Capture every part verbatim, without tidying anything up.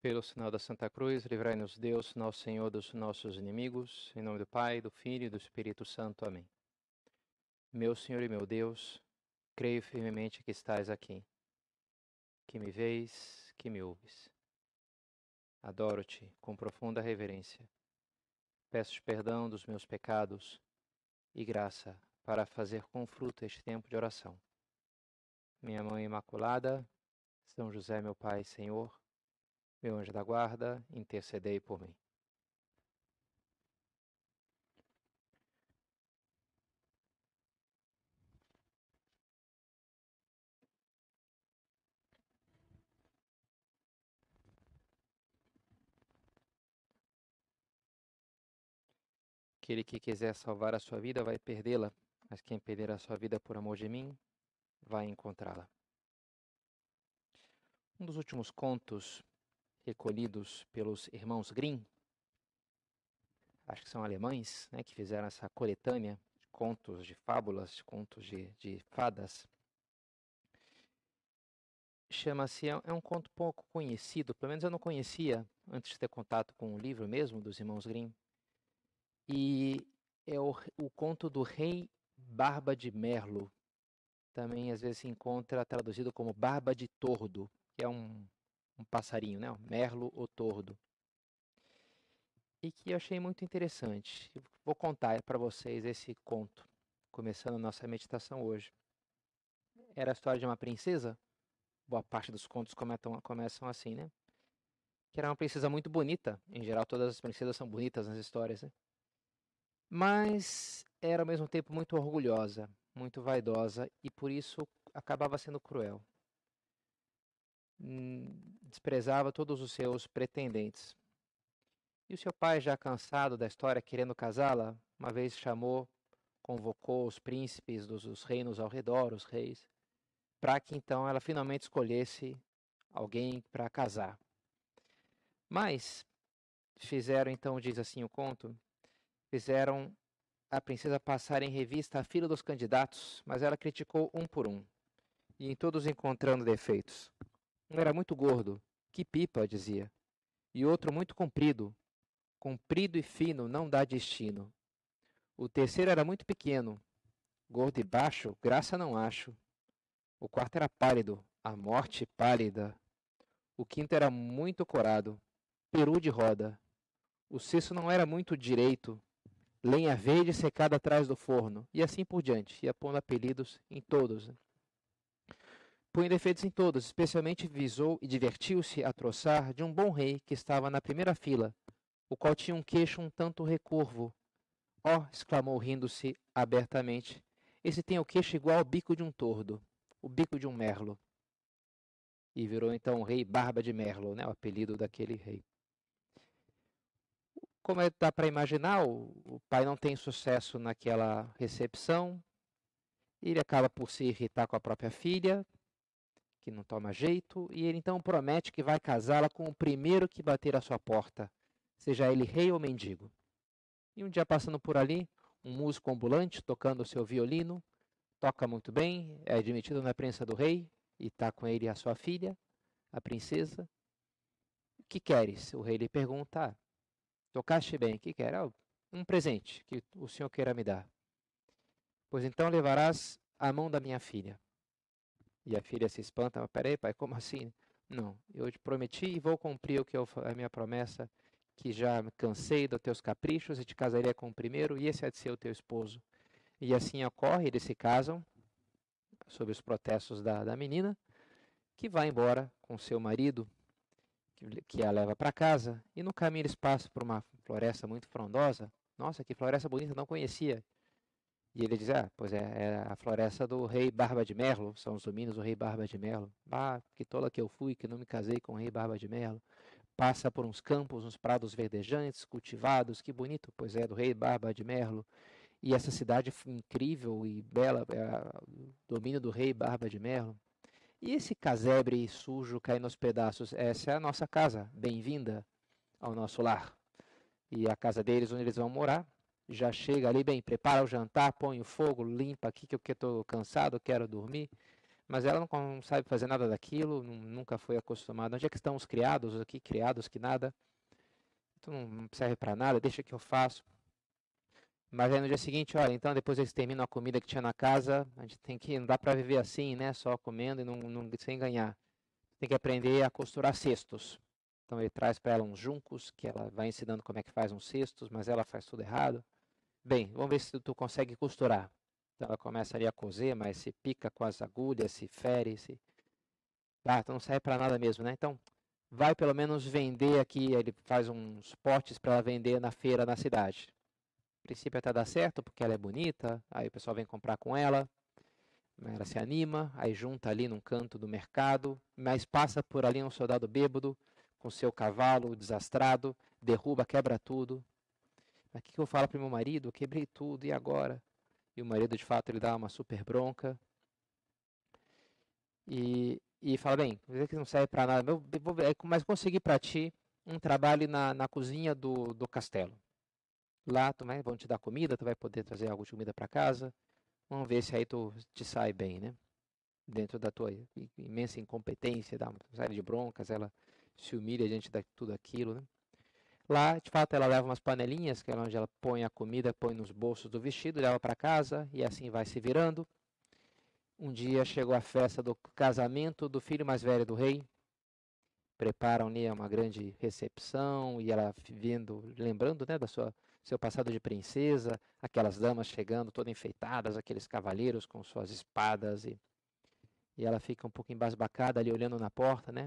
Pelo sinal da Santa Cruz, livrai-nos Deus, nosso Senhor, dos nossos inimigos, em nome do Pai, do Filho e do Espírito Santo. Amém. Meu Senhor e meu Deus, creio firmemente que estais aqui, que me vês, que me ouves. Adoro-te com profunda reverência. Peço-te perdão dos meus pecados e graça para fazer com fruto este tempo de oração. Minha Mãe Imaculada, São José, meu Pai e Senhor, meu anjo da guarda, intercedei por mim. Aquele que quiser salvar a sua vida vai perdê-la, mas quem perder a sua vida por amor de mim, vai encontrá-la. Um dos últimos contos recolhidos pelos irmãos Grimm, acho que são alemães, né, que fizeram essa coletânea de contos, de fábulas, de contos de, de fadas, chama-se, é um conto pouco conhecido, pelo menos eu não conhecia antes de ter contato com o livro mesmo dos irmãos Grimm, e é o, o conto do Rei Barba de Merlo. Também às vezes se encontra traduzido como barba de tordo, que é um, um passarinho, né? Merlo ou tordo. E que eu achei muito interessante. Vou contar para vocês esse conto, começando a nossa meditação hoje. Era a história de uma princesa, boa parte dos contos começam, começam assim, né? Que era uma princesa muito bonita, em geral todas as princesas são bonitas nas histórias, né? Mas era ao mesmo tempo muito orgulhosa, muito vaidosa e por isso acabava sendo cruel. Desprezava todos os seus pretendentes. E o seu pai, já cansado da história, querendo casá-la, uma vez chamou, convocou os príncipes dos, dos reinos ao redor, os reis, para que então ela finalmente escolhesse alguém para casar. Mas fizeram então, diz assim o conto, fizeram a princesa passar em revista a fila dos candidatos, mas ela criticou um por um, e em todos encontrando defeitos. Um era muito gordo, que pipa, dizia, e outro muito comprido, comprido e fino não dá destino. O terceiro era muito pequeno, gordo e baixo, graça não acho. O quarto era pálido, a morte pálida. O quinto era muito corado, peru de roda. O sexto não era muito direito, lenha verde secada atrás do forno, e assim por diante, ia pondo apelidos em todos. Põe defeitos em todos, especialmente visou e divertiu-se a troçar de um bom rei que estava na primeira fila, o qual tinha um queixo um tanto recurvo. Ó, oh, exclamou rindo-se abertamente, esse tem o queixo igual ao bico de um tordo, o bico de um merlo. E virou então o rei Barba de Merlo, né, o apelido daquele rei. Como é, dá para imaginar, o, o pai não tem sucesso naquela recepção, ele acaba por se irritar com a própria filha, que não toma jeito, e ele então promete que vai casá-la com o primeiro que bater à sua porta, seja ele rei ou mendigo. E um dia passando por ali, um músico ambulante tocando o seu violino, toca muito bem, é admitido na presença do rei, e está com ele a sua filha, a princesa. O que queres? O rei lhe pergunta. Ah, tocaste bem, o que quer? Ah, um presente que o senhor queira me dar. Pois então levarás a mão da minha filha. E a filha se espanta, mas peraí, pai, como assim? Não, eu te prometi e vou cumprir o que eu, a minha promessa, que já me cansei dos teus caprichos e te casaria com o primeiro, e esse há de ser o teu esposo. E assim ocorre, eles se casam, sob os protestos da, da menina, que vai embora com seu marido, que, que a leva para casa, e no caminho eles passam por uma floresta muito frondosa. Nossa, que floresta bonita, não conhecia. E ele diz, ah, pois é, é a floresta do rei Barba de Merlo, são os domínios do rei Barba de Merlo. Ah, que tola que eu fui, que não me casei com o rei Barba de Merlo. Passa por uns campos, uns prados verdejantes, cultivados, que bonito, pois é, do rei Barba de Merlo. E essa cidade incrível e bela, é o domínio do rei Barba de Merlo. E esse casebre sujo caindo aos pedaços, essa é a nossa casa, bem-vinda ao nosso lar. E a casa deles, onde eles vão morar, já chega ali, bem, prepara o jantar, põe o fogo, limpa aqui que eu estou cansado, quero dormir. mas ela não, não sabe fazer nada daquilo, nunca foi acostumada. Onde é que estão os criados aqui, criados que nada? Então não serve para nada, deixa que eu faço. Mas aí no dia seguinte, olha, então depois eles terminam a comida que tinha na casa, a gente tem que, não dá para viver assim, né, só comendo e não, não, sem ganhar. Tem que aprender a costurar cestos. Então ele traz para ela uns juncos, que ela vai ensinando como é que faz uns cestos, mas ela faz tudo errado. Bem, vamos ver se tu consegue costurar. Então ela começa ali a coser, mas se pica com as agulhas, se fere, se... Ah, então não serve para nada mesmo, né? Então vai pelo menos vender aqui, ele faz uns potes para ela vender na feira na cidade. A princípio até dá certo, porque ela é bonita, aí o pessoal vem comprar com ela, ela se anima, aí junta ali num canto do mercado, mas passa por ali um soldado bêbado, com seu cavalo desastrado, derruba, quebra tudo. Mas o que, que eu falo para o meu marido? Eu quebrei tudo, e agora? E o marido, de fato, ele dá uma super bronca. E, e fala, bem, vê que não serve para nada, eu vou, mas consegui para ti um trabalho na, na cozinha do, do castelo. Lá tu vai, vão te dar comida, tu vai poder trazer algo de comida para casa. Vamos ver se aí tu te sai bem, né? Dentro da tua imensa incompetência, dá uma série de broncas, ela se humilha diante de tudo aquilo, né? Lá, de fato, ela leva umas panelinhas, que é onde ela põe a comida, põe nos bolsos do vestido, leva para casa e assim vai se virando. Um dia chegou a festa do casamento do filho mais velho do rei. Preparam ali uma grande recepção e ela vendo, lembrando, né, da sua seu passado de princesa, aquelas damas chegando todas enfeitadas, aqueles cavaleiros com suas espadas e, e ela fica um pouco embasbacada ali olhando na porta, né,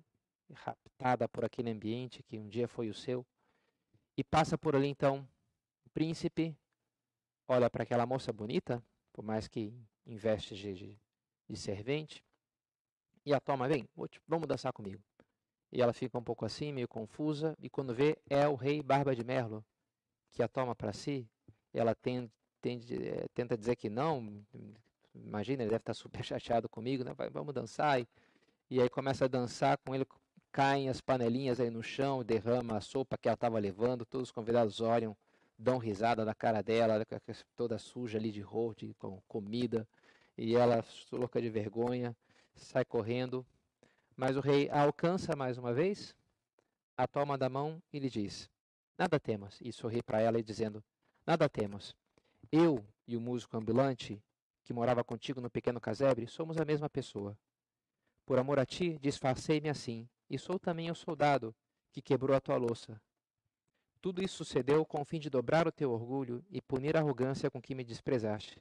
raptada por aquele ambiente que um dia foi o seu. E passa por ali então o príncipe, olha para aquela moça bonita, por mais que em vestes de, de, de servente, e a toma, vem, vamos dançar comigo. E ela fica um pouco assim, meio confusa, e quando vê, é o rei Barba de Merlo, que a toma para si. Ela tem, tem, é, tenta dizer que não, imagina, ele deve estar super chateado comigo, né? Vai, vamos dançar. E, e aí começa a dançar com ele, caem as panelinhas aí no chão, derrama a sopa que ela estava levando, todos os convidados olham, dão risada na cara dela, toda suja ali de roupa, de com comida, e ela, louca de vergonha, sai correndo. Mas o rei a alcança mais uma vez, a toma da mão e lhe diz, nada temas, e sorri para ela e dizendo, nada temas, eu e o músico ambulante, que morava contigo no pequeno casebre, somos a mesma pessoa. Por amor a ti, disfarcei-me assim, e sou também o soldado que quebrou a tua louça. Tudo isso sucedeu com o fim de dobrar o teu orgulho e punir a arrogância com que me desprezaste.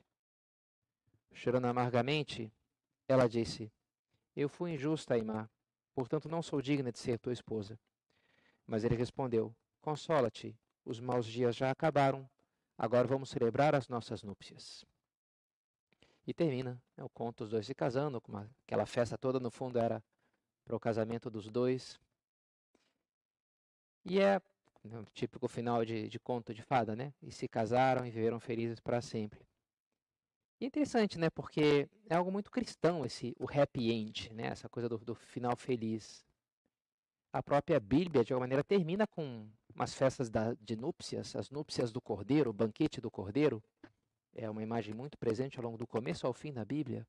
Chorando amargamente, ela disse, eu fui injusta, Aimar, portanto não sou digna de ser tua esposa. Mas ele respondeu, consola-te, os maus dias já acabaram, agora vamos celebrar as nossas núpcias. E termina, né, o conto, os dois se casando, com uma, aquela festa toda no fundo era para o casamento dos dois. E é né, o típico final de, de conto de fada, né? E se casaram e viveram felizes para sempre. E é interessante, né? Porque é algo muito cristão esse o happy end, né? Essa coisa do, do final feliz. A própria Bíblia, de alguma maneira, termina com umas festas da, de núpcias, as núpcias do Cordeiro, o banquete do Cordeiro. É uma imagem muito presente ao longo do começo ao fim da Bíblia.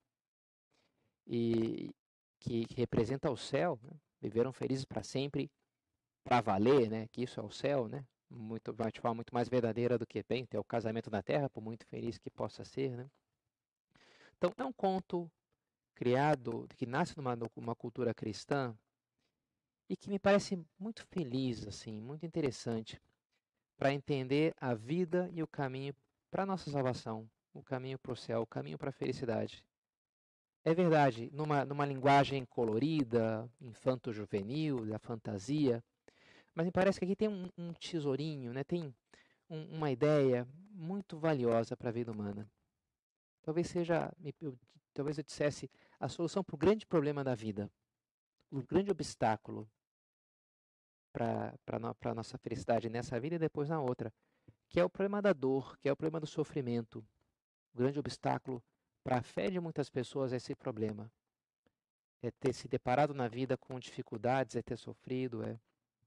E que, que representa o céu, né? Viveram felizes para sempre, para valer, né? Que isso é o céu, né? Muito, de forma muito mais verdadeira do que bem ter o casamento na terra, por muito feliz que possa ser, né? Então é um conto criado, que nasce numa, numa cultura cristã e que me parece muito feliz, assim, muito interessante para entender a vida e o caminho para a nossa salvação, o caminho para o céu, o caminho para a felicidade. É verdade, numa, numa linguagem colorida, infanto-juvenil, da fantasia, mas me parece que aqui tem um, um tesourinho, né? Tem um, uma ideia muito valiosa para a vida humana. Talvez seja, eu, talvez eu dissesse, a solução para o grande problema da vida, o grande obstáculo para a nossa felicidade nessa vida e depois na outra, que é o problema da dor, que é o problema do sofrimento. O grande obstáculo para a fé de muitas pessoas é esse problema. É ter se deparado na vida com dificuldades, é ter sofrido, é...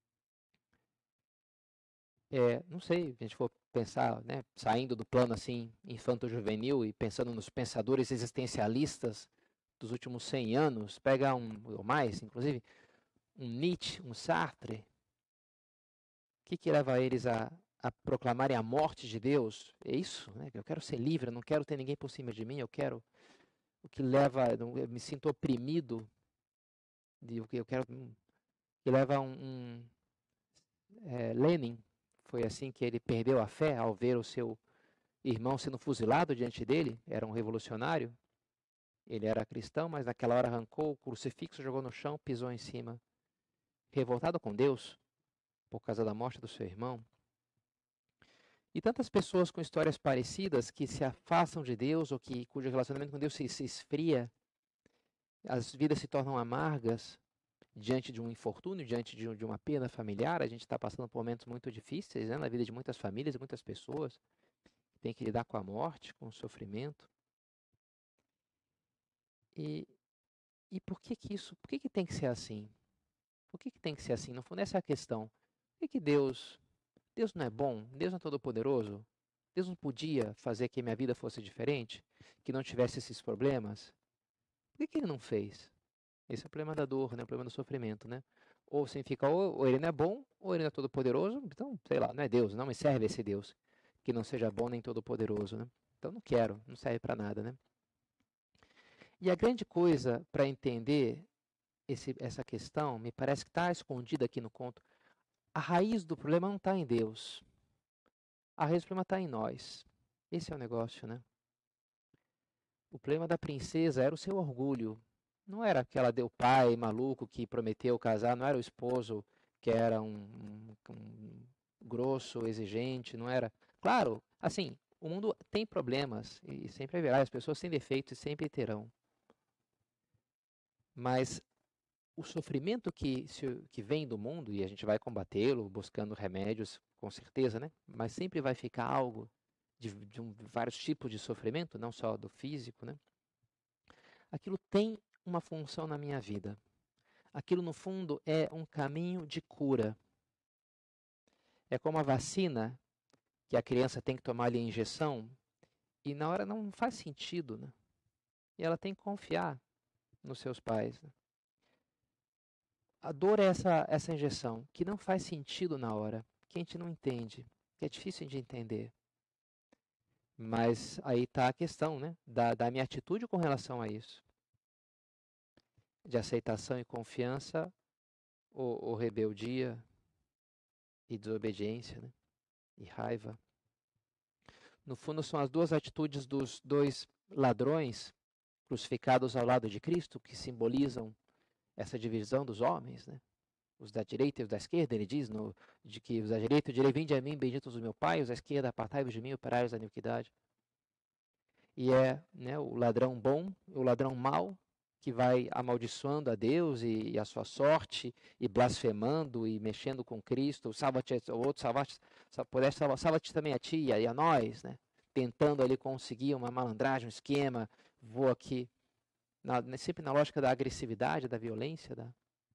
é não sei, se a gente for pensar, né, saindo do plano assim infanto-juvenil e pensando nos pensadores existencialistas dos últimos cem anos, pega um, ou mais, inclusive, um Nietzsche, um Sartre, o que, que leva eles a, a proclamarem a morte de Deus? É isso, né? Eu quero ser livre, eu não quero ter ninguém por cima de mim, eu quero... O que leva... Eu me sinto oprimido, de, o que eu quero... Que leva um... um é, Lenin, foi assim que ele perdeu a fé ao ver o seu irmão sendo fuzilado diante dele, era um revolucionário, ele era cristão, mas naquela hora arrancou o crucifixo, jogou no chão, pisou em cima, revoltado com Deus, por causa da morte do seu irmão. E tantas pessoas com histórias parecidas que se afastam de Deus ou que cujo relacionamento com Deus se, se esfria, as vidas se tornam amargas diante de um infortúnio, diante de, de uma perda familiar. A gente está passando por momentos muito difíceis, né, na vida de muitas famílias e muitas pessoas. Tem que lidar com a morte, com o sofrimento. E, e por que que isso, por que que tem que ser assim? Por que que tem que ser assim? No fundo, essa é a questão. Por que que Deus, Deus não é bom? Deus não é todo-poderoso? Deus não podia fazer que minha vida fosse diferente? Que não tivesse esses problemas? Por que que Ele não fez? Esse é o problema da dor, né? O problema do sofrimento, né? Ou significa, ou, ou Ele não é bom, ou Ele não é todo-poderoso. Então, sei lá, não é Deus, não me serve esse Deus que não seja bom nem todo-poderoso, né? Então não quero, não serve para nada, né? E a grande coisa para entender esse, essa questão, me parece que está escondida aqui no conto. A raiz do problema não está em Deus. A raiz do problema está em nós. Esse é o negócio, né? O problema da princesa era o seu orgulho. Não era aquela deu pai maluco que prometeu casar, não era o esposo que era um, um, um grosso, exigente, não era. Claro, assim, o mundo tem problemas e sempre haverá, as pessoas têm defeitos e sempre terão. Mas o sofrimento que, se, que vem do mundo, e a gente vai combatê-lo buscando remédios, com certeza, né? Mas sempre vai ficar algo de, de um, vários tipos de sofrimento, não só do físico, né? Aquilo tem uma função na minha vida. Aquilo, no fundo, é um caminho de cura. É como a vacina, que a criança tem que tomar ali a injeção, e na hora não faz sentido, né? E ela tem que confiar nos seus pais, né? A dor é essa, essa injeção, que não faz sentido na hora, que a gente não entende, que é difícil de entender. Mas aí está a questão, né, da, da minha atitude com relação a isso. De aceitação e confiança, ou, ou rebeldia e desobediência, né, e raiva. No fundo, são as duas atitudes dos dois ladrões crucificados ao lado de Cristo, que simbolizam essa divisão dos homens, né? Os da direita e os da esquerda, ele diz, no, de que os da direita, eu direi, vinde a mim, benditos do meu Pai, os da esquerda, apartai-vos de mim, operários da iniquidade. E é, né, o ladrão bom, o ladrão mau, que vai amaldiçoando a Deus e, e a sua sorte, e blasfemando, e mexendo com Cristo, salva-te, o outro, salva-te, pudeste salvar, salva-te também a ti e a nós, né? Tentando ali conseguir uma malandragem, um esquema, vou aqui, na, sempre na lógica da agressividade, da violência, da...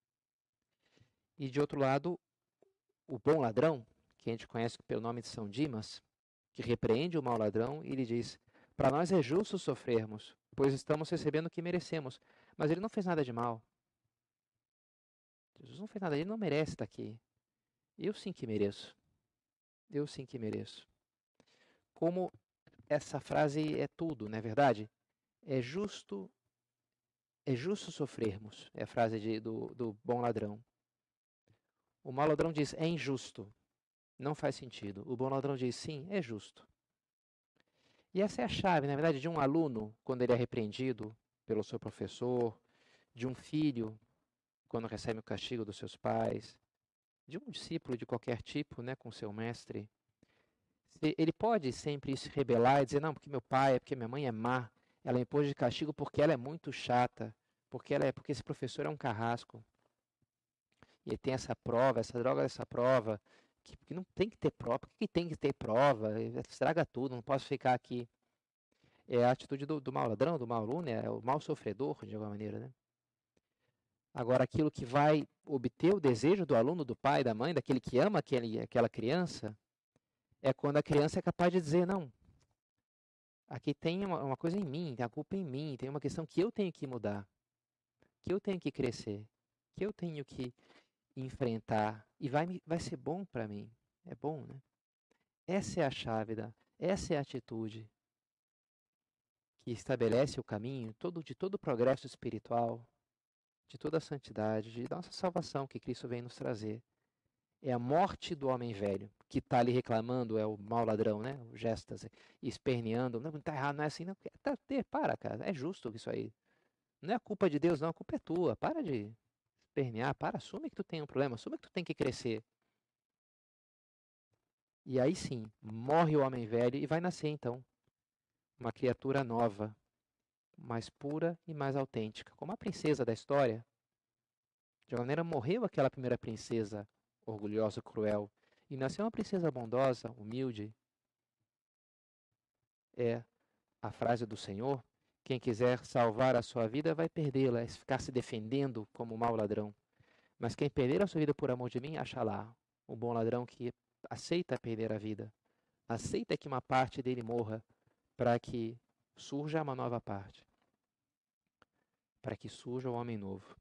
E de outro lado, o bom ladrão, que a gente conhece pelo nome de São Dimas, que repreende o mau ladrão e lhe diz, para nós é justo sofrermos, pois estamos recebendo o que merecemos. Mas ele não fez nada de mal. Jesus não fez nada, ele não merece estar aqui. Eu sim que mereço. Eu sim que mereço. Como essa frase é tudo, não é verdade? É justo, é justo sofrermos, é a frase de, do, do bom ladrão. O mau ladrão diz, é injusto, não faz sentido. O bom ladrão diz, sim, é justo. E essa é a chave, na verdade, de um aluno, quando ele é repreendido pelo seu professor, de um filho, quando recebe o castigo dos seus pais, de um discípulo de qualquer tipo, né, com seu mestre. Ele pode sempre se rebelar e dizer, não, porque meu pai, é porque minha mãe é má, ela me pôs de castigo porque ela é muito chata, porque, ela é, porque esse professor é um carrasco. E ele tem essa prova, essa droga dessa prova, que, que não tem que ter prova. Por que tem que ter prova? Estraga tudo, não posso ficar aqui. É a atitude do, do mau ladrão, do mau aluno, é o mau sofredor, de alguma maneira, né? Agora, aquilo que vai obter o desejo do aluno, do pai, da mãe, daquele que ama aquele, aquela criança, é quando a criança é capaz de dizer, não, Aqui tem uma, uma coisa em mim, tem a culpa em mim, tem uma questão que eu tenho que mudar, que eu tenho que crescer, que eu tenho que enfrentar e vai, me- vai ser bom para mim. É bom, né? Essa é a chave, da, essa é a atitude que estabelece o caminho todo, de todo o progresso espiritual, de toda a santidade, de nossa salvação que Cristo vem nos trazer. É a morte do homem velho, que está ali reclamando, é o mau ladrão, né? O Gestas, esperneando. Não, tá errado, não é assim, não. Tá, para, cara, é justo isso aí. Não é a culpa de Deus, não, a culpa é tua. Para de espernear, para, assume que tu tem um problema, assume que tu tem que crescer. E aí sim, morre o homem velho e vai nascer então uma criatura nova, mais pura e mais autêntica. Como a princesa da história, de alguma maneira morreu aquela primeira princesa orgulhosa, cruel, e nasceu uma princesa bondosa, humilde. É a frase do Senhor: quem quiser salvar a sua vida vai perdê-la, é ficar se defendendo como mau ladrão. Mas quem perder a sua vida por amor de mim, acha lá o bom ladrão que aceita perder a vida, aceita que uma parte dele morra para que surja uma nova parte, para que surja o homem novo.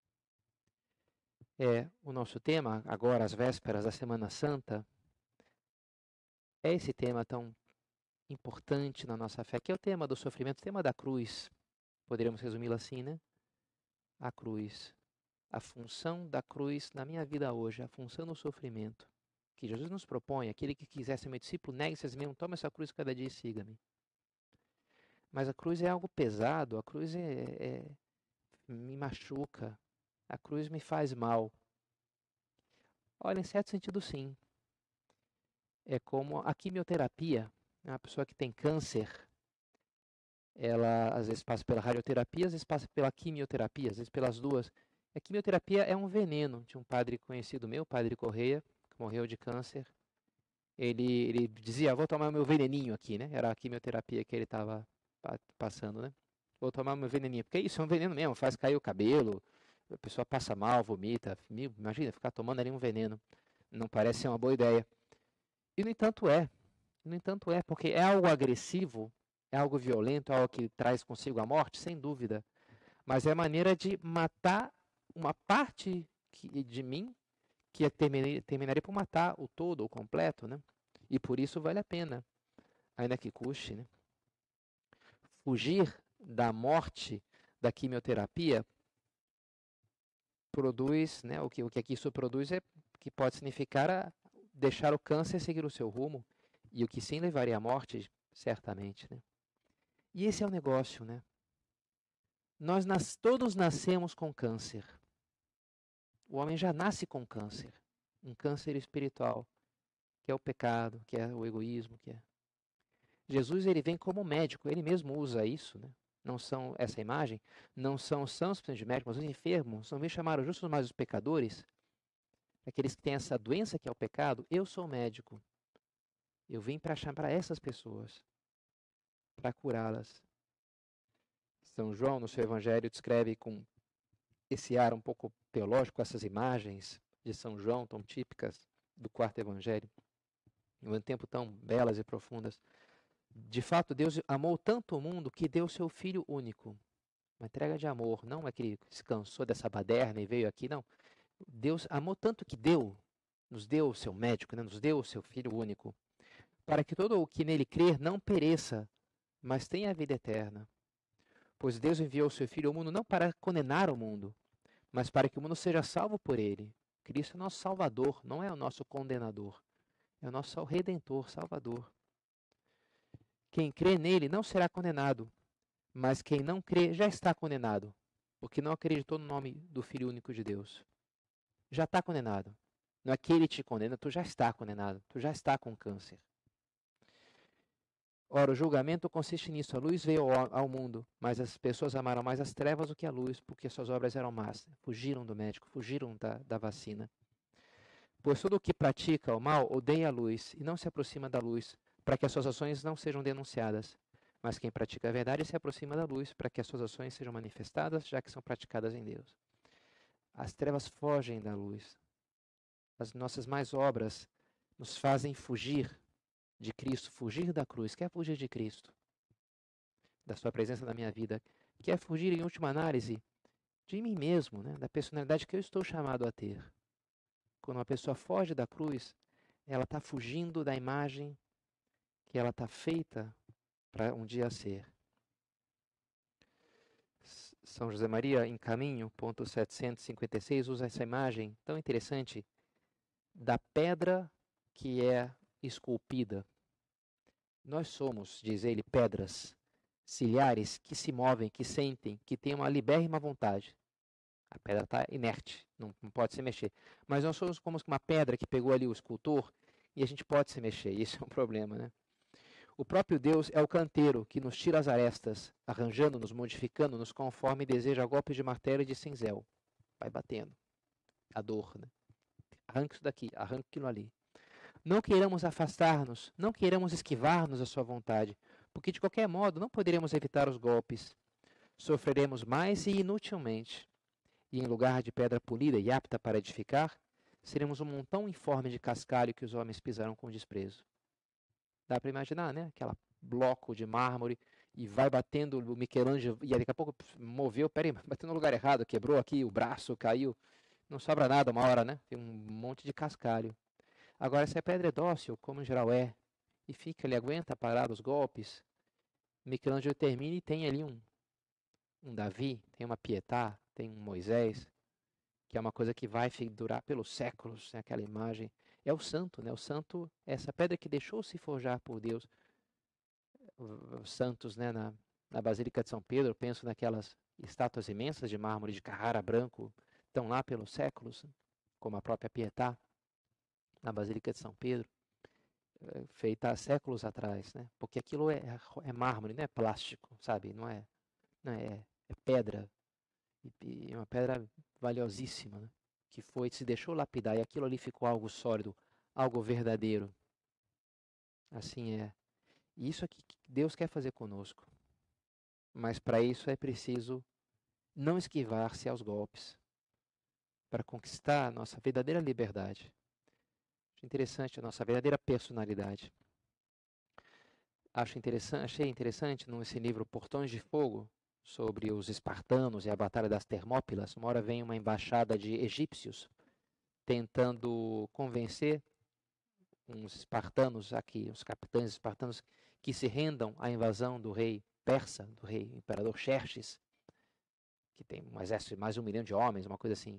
É o nosso tema, agora às vésperas da Semana Santa, é esse tema tão importante na nossa fé, que é o tema do sofrimento, o tema da cruz. Poderíamos resumi-lo assim, né? A cruz. A função da cruz na minha vida hoje, a função do sofrimento. Que Jesus nos propõe, aquele que quiser ser meu discípulo, negue-se a si mesmo, tome essa cruz cada dia e siga-me. Mas a cruz é algo pesado, a cruz é, é, me machuca, a cruz me faz mal. Olha, em certo sentido, sim. É como a quimioterapia. Uma pessoa que tem câncer, ela às vezes passa pela radioterapia, às vezes passa pela quimioterapia, às vezes pelas duas. A quimioterapia é um veneno. Tinha um padre conhecido meu, padre Correia, que morreu de câncer. Ele, ele dizia, vou tomar meu veneninho aqui, né? Era a quimioterapia que ele estava passando, né? Vou tomar meu veneninho. Porque isso é um veneno mesmo, faz cair o cabelo, a pessoa passa mal, vomita. Imagina, ficar tomando ali um veneno. Não parece ser uma boa ideia. E no entanto é. No entanto é, porque é algo agressivo, é algo violento, é algo que traz consigo a morte, sem dúvida. Mas é a maneira de matar uma parte que, de mim que terminaria, terminaria por matar o todo, o completo, né? E por isso vale a pena, ainda que custe, né? Fugir da morte da quimioterapia produz, né? O que, o que aqui isso produz é que pode significar a, deixar o câncer seguir o seu rumo, e o que sim levaria à morte, certamente, né? E esse é o negócio, né? Nós nas, todos nascemos com câncer. O homem já nasce com câncer, um câncer espiritual, que é o pecado, que é o egoísmo, que é. Jesus ele vem como médico, ele mesmo usa isso, né? Não são essa imagem, não são os sãos que precisam de médico, mas os enfermos, não vem chamar os justos, mas os pecadores, aqueles que têm essa doença que é o pecado. Eu sou médico. Eu vim para chamar essas pessoas, para curá-las. São João, no seu evangelho, descreve com esse ar um pouco teológico, essas imagens de São João, tão típicas do quarto evangelho, em um tempo tão belas e profundas. De fato, Deus amou tanto o mundo que deu seu Filho único. Uma entrega de amor, não é que ele se cansou dessa baderna e veio aqui, não. Deus amou tanto que deu, nos deu o seu médico, né? Nos deu o seu Filho único, para que todo o que nele crer não pereça, mas tenha a vida eterna. Pois Deus enviou o seu Filho ao mundo não para condenar o mundo, mas para que o mundo seja salvo por ele. Cristo é nosso Salvador, não é o nosso condenador. É o nosso Redentor, Salvador. Quem crê nele não será condenado, mas quem não crê já está condenado, porque não acreditou no nome do Filho único de Deus. Já está condenado. Não é que ele te condena, tu já está condenado, tu já está com câncer. Ora, o julgamento consiste nisso. A luz veio ao mundo, mas as pessoas amaram mais as trevas do que a luz, porque suas obras eram más. Fugiram do médico, fugiram da, da vacina. Pois todo o que pratica o mal odeia a luz e não se aproxima da luz, para que as suas ações não sejam denunciadas. Mas quem pratica a verdade se aproxima da luz, para que as suas ações sejam manifestadas, já que são praticadas em Deus. As trevas fogem da luz. As nossas más obras nos fazem fugir de Cristo, fugir da cruz. Quer fugir de Cristo? da sua presença na minha vida, que é fugir, em última análise, de mim mesmo, né? Da personalidade que eu estou chamado a ter. Quando uma pessoa foge da cruz, ela está fugindo da imagem que ela está feita para um dia ser. São José Maria, em Caminho, ponto setecentos e cinquenta e seis, usa essa imagem tão interessante da pedra que é esculpida. Nós somos, diz ele, pedras, ciliares que se movem, que sentem, que têm uma libérrima vontade. A pedra está inerte, não, não pode se mexer. Mas nós somos como uma pedra que pegou ali o escultor e a gente pode se mexer. Isso é um problema, né? O próprio Deus é o canteiro que nos tira as arestas, arranjando-nos, modificando-nos conforme deseja a golpes de martelo e de cinzel. Vai batendo. A dor, né? Arranca isso daqui, arranca aquilo ali. Não queiramos afastar-nos, não queiramos esquivar-nos à sua vontade, porque de qualquer modo não poderemos evitar os golpes. Sofreremos mais e inutilmente. E em lugar de pedra polida e apta para edificar, seremos um montão informe de cascalho que os homens pisaram com desprezo. Dá para imaginar, né? Aquela bloco de mármore e vai batendo o Michelangelo e daqui a pouco moveu, peraí, bateu no lugar errado, quebrou aqui o braço, caiu. Não sobra nada uma hora, né? Tem um monte de cascalho. Agora, se a pedra é dócil, como em geral é, e fica, ele aguenta parar os golpes, Michelangelo termina e tem ali um, um Davi, tem uma Pietà, tem um Moisés, que é uma coisa que vai durar pelos séculos, né? Aquela imagem. É o santo, né? O santo é essa pedra que deixou-se forjar por Deus. Os santos, né? Na, na Basílica de São Pedro, eu penso naquelas estátuas imensas de mármore de Carrara branco, estão lá pelos séculos, como a própria Pietà, na Basílica de São Pedro, feita há séculos atrás, né? Porque aquilo é, é mármore, não é plástico, sabe? Não é, não é, é pedra, e, e é uma pedra valiosíssima, né? Que foi, se deixou lapidar e aquilo ali ficou algo sólido, algo verdadeiro. Assim é. E isso aqui que Deus quer fazer conosco. Mas para isso é preciso não esquivar-se aos golpes, para conquistar a nossa verdadeira liberdade. Acho interessante a nossa verdadeira personalidade. Acho interessante, achei interessante nesse livro Portões de Fogo, sobre os espartanos e a Batalha das Termópilas. Uma hora vem uma embaixada de egípcios tentando convencer uns espartanos aqui, os capitães espartanos, que se rendam à invasão do rei persa, do rei imperador Xerxes, que tem um exército de mais de um milhão de homens, uma coisa assim.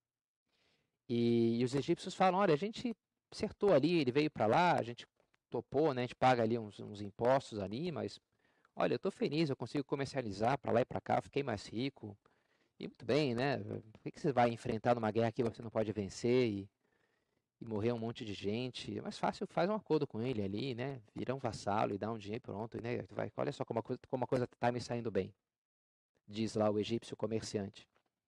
E, e os egípcios falam, olha, a gente acertou ali, ele veio para lá, a gente topou, né, a gente paga ali uns, uns impostos ali, mas olha, eu estou feliz, eu consigo comercializar para lá e para cá, eu fiquei mais rico. E muito bem, né? Por que você vai enfrentar numa guerra que você não pode vencer e, e morrer um monte de gente? É mais fácil, faz um acordo com ele ali, né? Vira um vassalo e dá um dinheiro pronto, né? Vai, olha só como a coisa como a coisa está me saindo bem, diz lá o egípcio comerciante.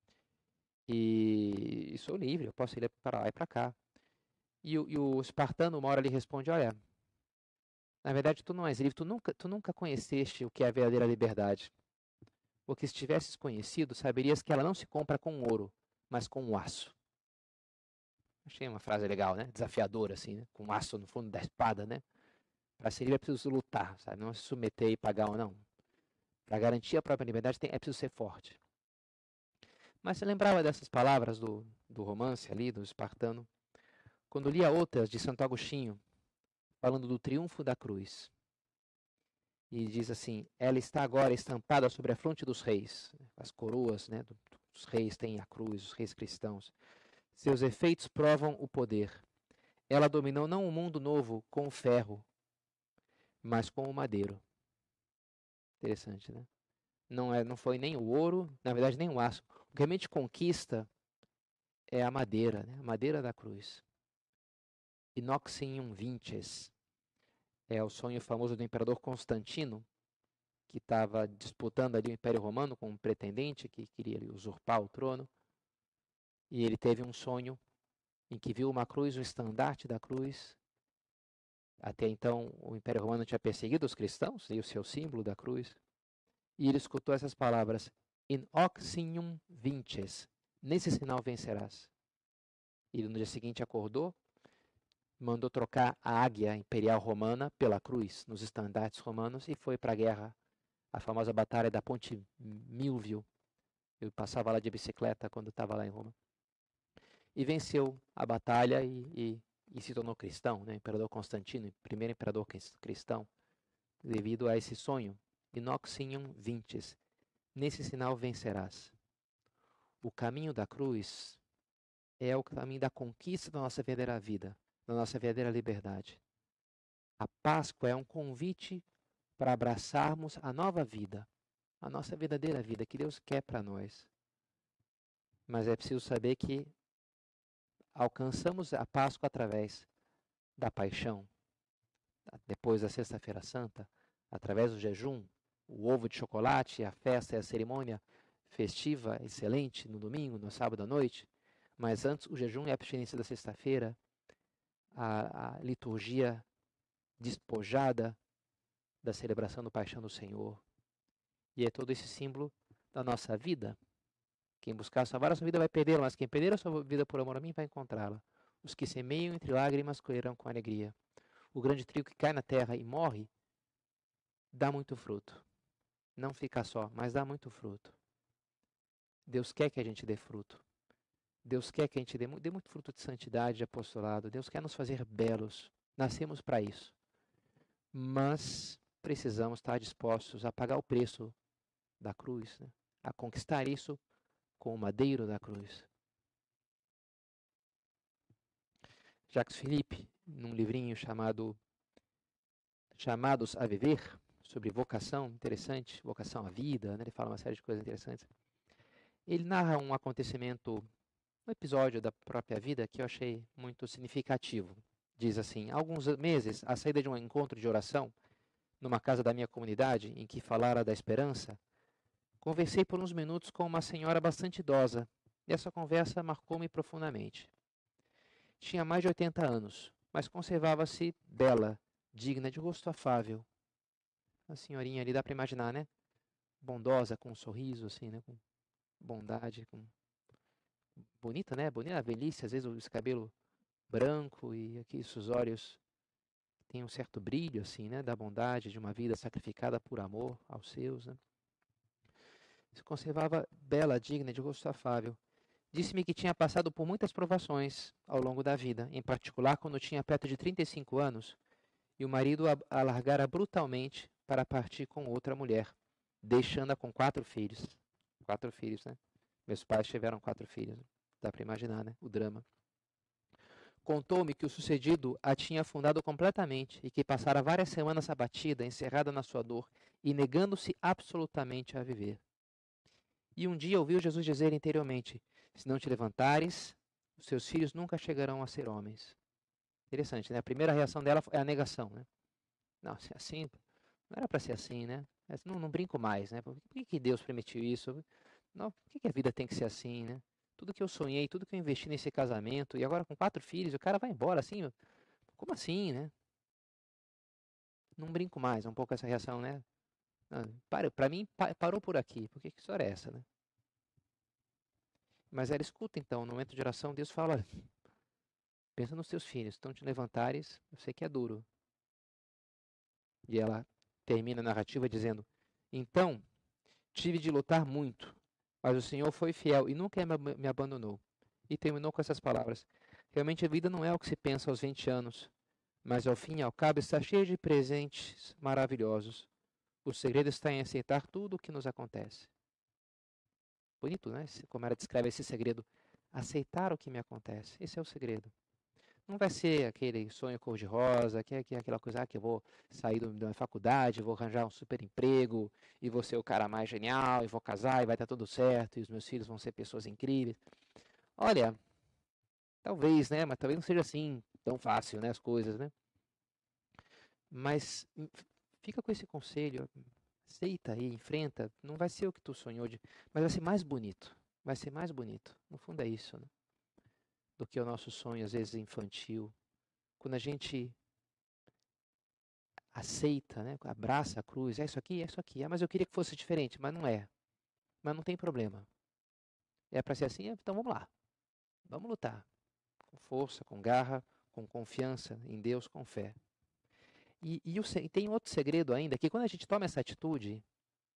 E, e sou livre, eu posso ir para lá e para cá. E o, e o espartano uma hora lhe responde, olha, na verdade tu não és livre, tu nunca, tu nunca conheceste o que é a verdadeira liberdade. Porque se tivesses conhecido, saberias que ela não se compra com ouro, mas com um aço. Achei uma frase legal, né? Desafiadora, assim, né? Com um aço no fundo da espada, né? Para ser livre é preciso lutar, sabe? Não se submeter e pagar ou não. Para garantir a própria liberdade tem, é preciso ser forte. Mas você lembrava dessas palavras do, do romance ali, do espartano, quando lia outras de Santo Agostinho, falando do triunfo da cruz. E diz assim, ela está agora estampada sobre a fronte dos reis. As coroas, né, dos reis têm a cruz, os reis cristãos. Seus efeitos provam o poder. Ela dominou não o mundo novo com o ferro, mas com o madeiro. Interessante, né? Não, é, não foi nem o ouro, na verdade nem o aço. O que realmente conquista é a madeira, né? A madeira da cruz. Inoxium vinces. É o sonho famoso do imperador Constantino, que estava disputando ali o Império Romano com um pretendente que queria ali, usurpar o trono. E ele teve um sonho em que viu uma cruz, um estandarte da cruz. Até então o Império Romano tinha perseguido os cristãos, e o seu símbolo da cruz. E ele escutou essas palavras, in oxium vinces, nesse sinal vencerás. E no dia seguinte acordou, mandou trocar a águia imperial romana pela cruz, nos estandartes romanos, e foi para a guerra a famosa batalha da Ponte Milvio. Eu passava lá de bicicleta quando estava lá em Roma. E venceu a batalha e, e, e se tornou cristão, né? Imperador Constantino, primeiro imperador cristão, devido a esse sonho. Inox Signum Vinces, nesse sinal vencerás. O caminho da cruz é o caminho da conquista da nossa verdadeira vida, da nossa verdadeira liberdade. A Páscoa é um convite para abraçarmos a nova vida, a nossa verdadeira vida que Deus quer para nós. Mas é preciso saber que alcançamos a Páscoa através da paixão, depois da Sexta-feira Santa, através do jejum, o ovo de chocolate, a festa e a cerimônia festiva, excelente, no domingo, no sábado à noite. Mas antes, o jejum e a abstinência da sexta-feira, a, a liturgia despojada da celebração do Paixão do Senhor. E é todo esse símbolo da nossa vida. Quem buscar salvar a sua vida vai perdê-la, mas quem perder a sua vida por amor a mim vai encontrá-la. Os que semeiam entre lágrimas colherão com alegria. O grande trigo que cai na terra e morre, dá muito fruto. Não fica só, mas dá muito fruto. Deus quer que a gente dê fruto. Deus quer que a gente dê, dê muito fruto de santidade, de apostolado. Deus quer nos fazer belos. Nascemos para isso. Mas precisamos estar dispostos a pagar o preço da cruz, né? A conquistar isso com o madeiro da cruz. Jacques Philippe, num livrinho chamado Chamados a Viver, sobre vocação, interessante, vocação à vida, né? Ele fala uma série de coisas interessantes. Ele narra um acontecimento, um episódio da própria vida que eu achei muito significativo. Diz assim: há alguns meses, à saída de um encontro de oração, numa casa da minha comunidade, em que falara da esperança, conversei por uns minutos com uma senhora bastante idosa, e essa conversa marcou-me profundamente. Tinha mais de oitenta anos, mas conservava-se bela, digna, de rosto afável. A senhorinha ali, dá para imaginar, né? Bondosa, com um sorriso, assim, né? Com bondade, com... bonita, né? Bonita a velhice, às vezes esse cabelo branco e aqui os olhos têm um certo brilho, assim, né? Da bondade de uma vida sacrificada por amor aos seus, né? Se conservava bela, digna, de rosto afável. Disse-me que tinha passado por muitas provações ao longo da vida, em particular quando tinha perto de trinta e cinco anos, e o marido a, a largara brutalmente para partir com outra mulher, deixando-a com quatro filhos. Quatro filhos, né? Meus pais tiveram quatro filhos. Dá para imaginar, né? O drama. Contou-me que o sucedido a tinha afundado completamente e que passara várias semanas abatida, encerrada na sua dor e negando-se absolutamente a viver. E um dia ouviu Jesus dizer interiormente: se não te levantares, os seus filhos nunca chegarão a ser homens. Interessante, né? A primeira reação dela é a negação, né? Não, se é assim, não era para ser assim, né? Não, não brinco mais, né? Por que, que Deus permitiu isso? Não, por que, que a vida tem que ser assim, né? Tudo que eu sonhei, tudo que eu investi nesse casamento, e agora com quatro filhos, o cara vai embora assim? Como assim, né? Não brinco mais, é um pouco essa reação, né? Para, para mim, parou por aqui. Por que, que história é essa, né? Mas ela escuta, então, no momento de oração, Deus fala: olha, pensa nos teus filhos, então te levantares, eu sei que é duro. E ela termina a narrativa dizendo: então, tive de lutar muito, mas o Senhor foi fiel e nunca me abandonou. E terminou com essas palavras: realmente a vida não é o que se pensa aos vinte anos, mas ao fim e ao cabo está cheia de presentes maravilhosos. O segredo está em aceitar tudo o que nos acontece. Bonito, né? Como ela descreve esse segredo. Aceitar o que me acontece. Esse é o segredo. Não vai ser aquele sonho cor-de-rosa, que é aquela coisa ah, que eu vou sair da faculdade, vou arranjar um super emprego, e vou ser o cara mais genial, e vou casar, e vai estar tudo certo, e os meus filhos vão ser pessoas incríveis. Olha, talvez, né? Mas talvez não seja assim tão fácil, né? As coisas, né? Mas fica com esse conselho. Aceita aí, enfrenta. Não vai ser o que tu sonhou, de, mas vai ser mais bonito. Vai ser mais bonito. No fundo é isso, né? Do que o nosso sonho, às vezes, infantil. Quando a gente aceita, né? Abraça a cruz. É isso aqui, é isso aqui. Ah, mas eu queria que fosse diferente, mas não é. Mas não tem problema. É para ser assim? Então vamos lá. Vamos lutar. Com força, com garra, com confiança em Deus, com fé. E, e, o, e tem outro segredo ainda, que quando a gente toma essa atitude,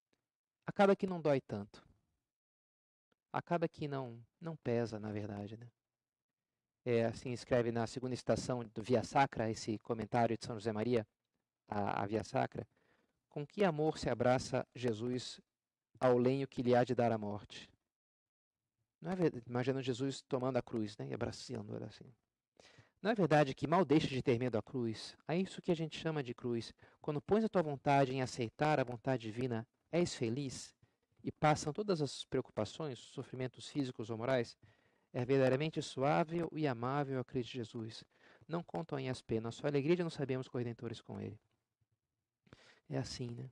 acaba que não dói tanto. Acaba que não, não pesa, na verdade, né? É, assim escreve na segunda estação do Via Sacra, esse comentário de São José Maria, a, a Via Sacra. Com que amor se abraça Jesus ao lenho que lhe há de dar a morte? Não é verdade? Imaginando Jesus tomando a cruz, né? E abraçando ela assim. Não é verdade que mal deixa de ter medo à cruz? É isso que a gente chama de cruz. Quando pões a tua vontade em aceitar a vontade divina, és feliz e passam todas as preocupações, sofrimentos físicos ou morais. É verdadeiramente suave e amável a Cristo Jesus. Não contam em as penas, só alegria de não sabermos corredentores com Ele. É assim, né?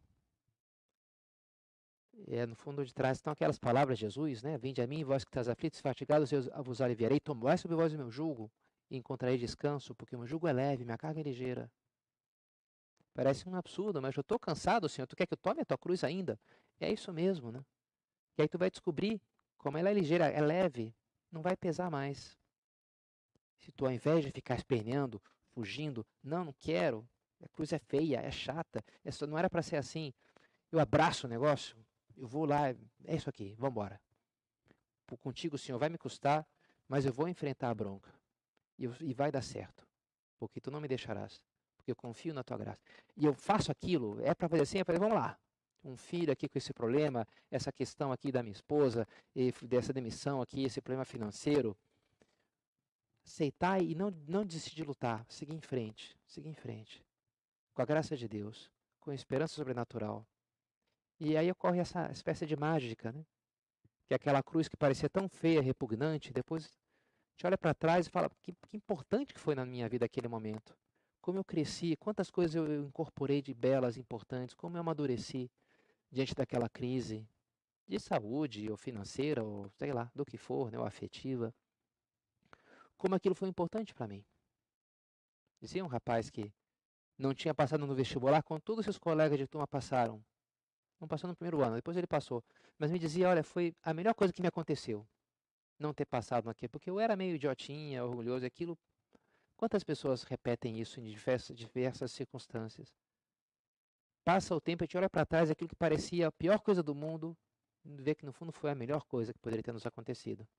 É, no fundo de trás estão aquelas palavras de Jesus, né? Vinde a mim, vós que estás aflitos e fatigados, eu vos aliviarei. Tomai sobre vós o meu jugo e encontrarei descanso, porque o meu jugo é leve, minha carga é ligeira. Parece um absurdo, mas eu estou cansado, Senhor. Tu quer que eu tome a tua cruz ainda? É isso mesmo, né? E aí tu vai descobrir como ela é ligeira, é leve, não vai pesar mais. Se tu ao invés de ficar esperneando, fugindo, não, não quero, a cruz é feia, é chata, essa não era para ser assim. Eu abraço o negócio, eu vou lá, é isso aqui, vamos embora. Contigo, Senhor, vai me custar, mas eu vou enfrentar a bronca. E, eu, e vai dar certo, porque tu não me deixarás, porque eu confio na tua graça. E eu faço aquilo, é para fazer assim, é para vamos lá. Um filho aqui com esse problema, essa questão aqui da minha esposa, e dessa demissão aqui, esse problema financeiro. Aceitar e não, não desistir de lutar, seguir em frente, seguir em frente, com a graça de Deus, com a esperança sobrenatural. E aí ocorre essa espécie de mágica, né? Que é aquela cruz que parecia tão feia, repugnante, depois te olha para trás e fala, que, que importante que foi na minha vida aquele momento. Como eu cresci, quantas coisas eu, eu incorporei de belas, importantes, como eu amadureci diante daquela crise de saúde, ou financeira, ou sei lá, do que for, né, ou afetiva. Como aquilo foi importante para mim. Dizia um rapaz que não tinha passado no vestibular, quando todos os seus colegas de turma passaram. Não passou no primeiro ano, depois ele passou. Mas me dizia, olha, foi a melhor coisa que me aconteceu não ter passado naquilo, porque eu era meio idiotinha, orgulhoso, e aquilo. Quantas pessoas repetem isso em diversas, diversas circunstâncias? Passa o tempo e te olha para trás, aquilo que parecia a pior coisa do mundo, vê que no fundo foi a melhor coisa que poderia ter nos acontecido.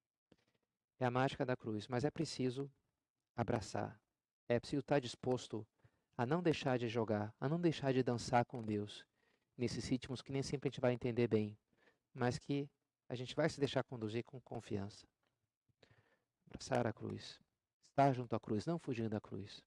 É a mágica da cruz, mas é preciso abraçar. É preciso estar disposto a não deixar de jogar, a não deixar de dançar com Deus, nesses ritmos que nem sempre a gente vai entender bem, mas que a gente vai se deixar conduzir com confiança. Abraçar a cruz, estar junto à cruz, não fugindo da cruz.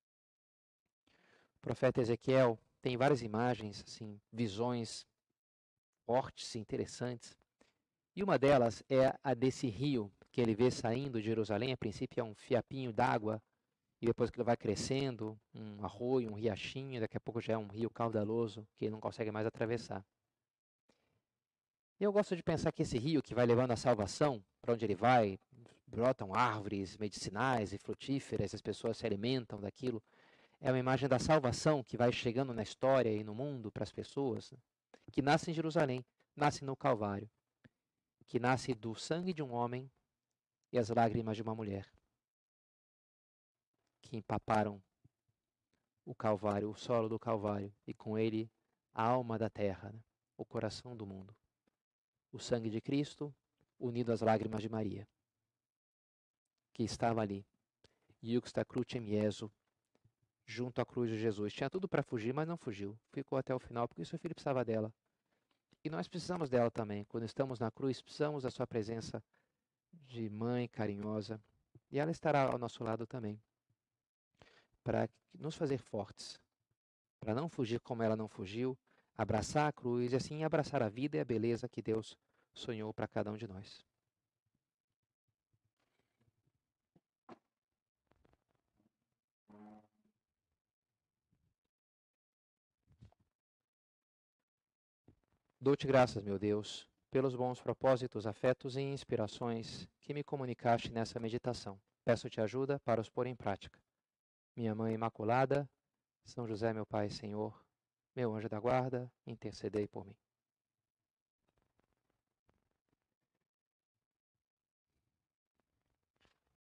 O profeta Ezequiel tem várias imagens, assim, visões fortes e interessantes, e uma delas é a desse rio que ele vê saindo de Jerusalém. A princípio é um fiapinho d'água, e depois que ele vai crescendo, um arroio, um riachinho, daqui a pouco já é um rio caudaloso que ele não consegue mais atravessar. E eu gosto de pensar que esse rio que vai levando a salvação, para onde ele vai, brotam árvores medicinais e frutíferas, as pessoas se alimentam daquilo, é uma imagem da salvação que vai chegando na história e no mundo para as pessoas, que nasce em Jerusalém, nasce no Calvário, que nasce do sangue de um homem e as lágrimas de uma mulher, que empaparam o Calvário, o solo do Calvário, e com ele a alma da terra, né? O coração do mundo. O sangue de Cristo unido às lágrimas de Maria, que estava ali. Iuxta crucem Iesu, junto à cruz de Jesus. Tinha tudo para fugir, mas não fugiu. Ficou até o final, porque o seu filho precisava dela. E nós precisamos dela também. Quando estamos na cruz, precisamos da sua presença de mãe carinhosa. E ela estará ao nosso lado também, para nos fazer fortes, para não fugir como ela não fugiu, abraçar a cruz e assim abraçar a vida e a beleza que Deus sonhou para cada um de nós. Dou-te graças, meu Deus, pelos bons propósitos, afetos e inspirações que me comunicaste nessa meditação. Peço-te ajuda para os pôr em prática. Minha Mãe Imaculada, São José, meu Pai e Senhor, meu anjo da guarda, intercedei por mim.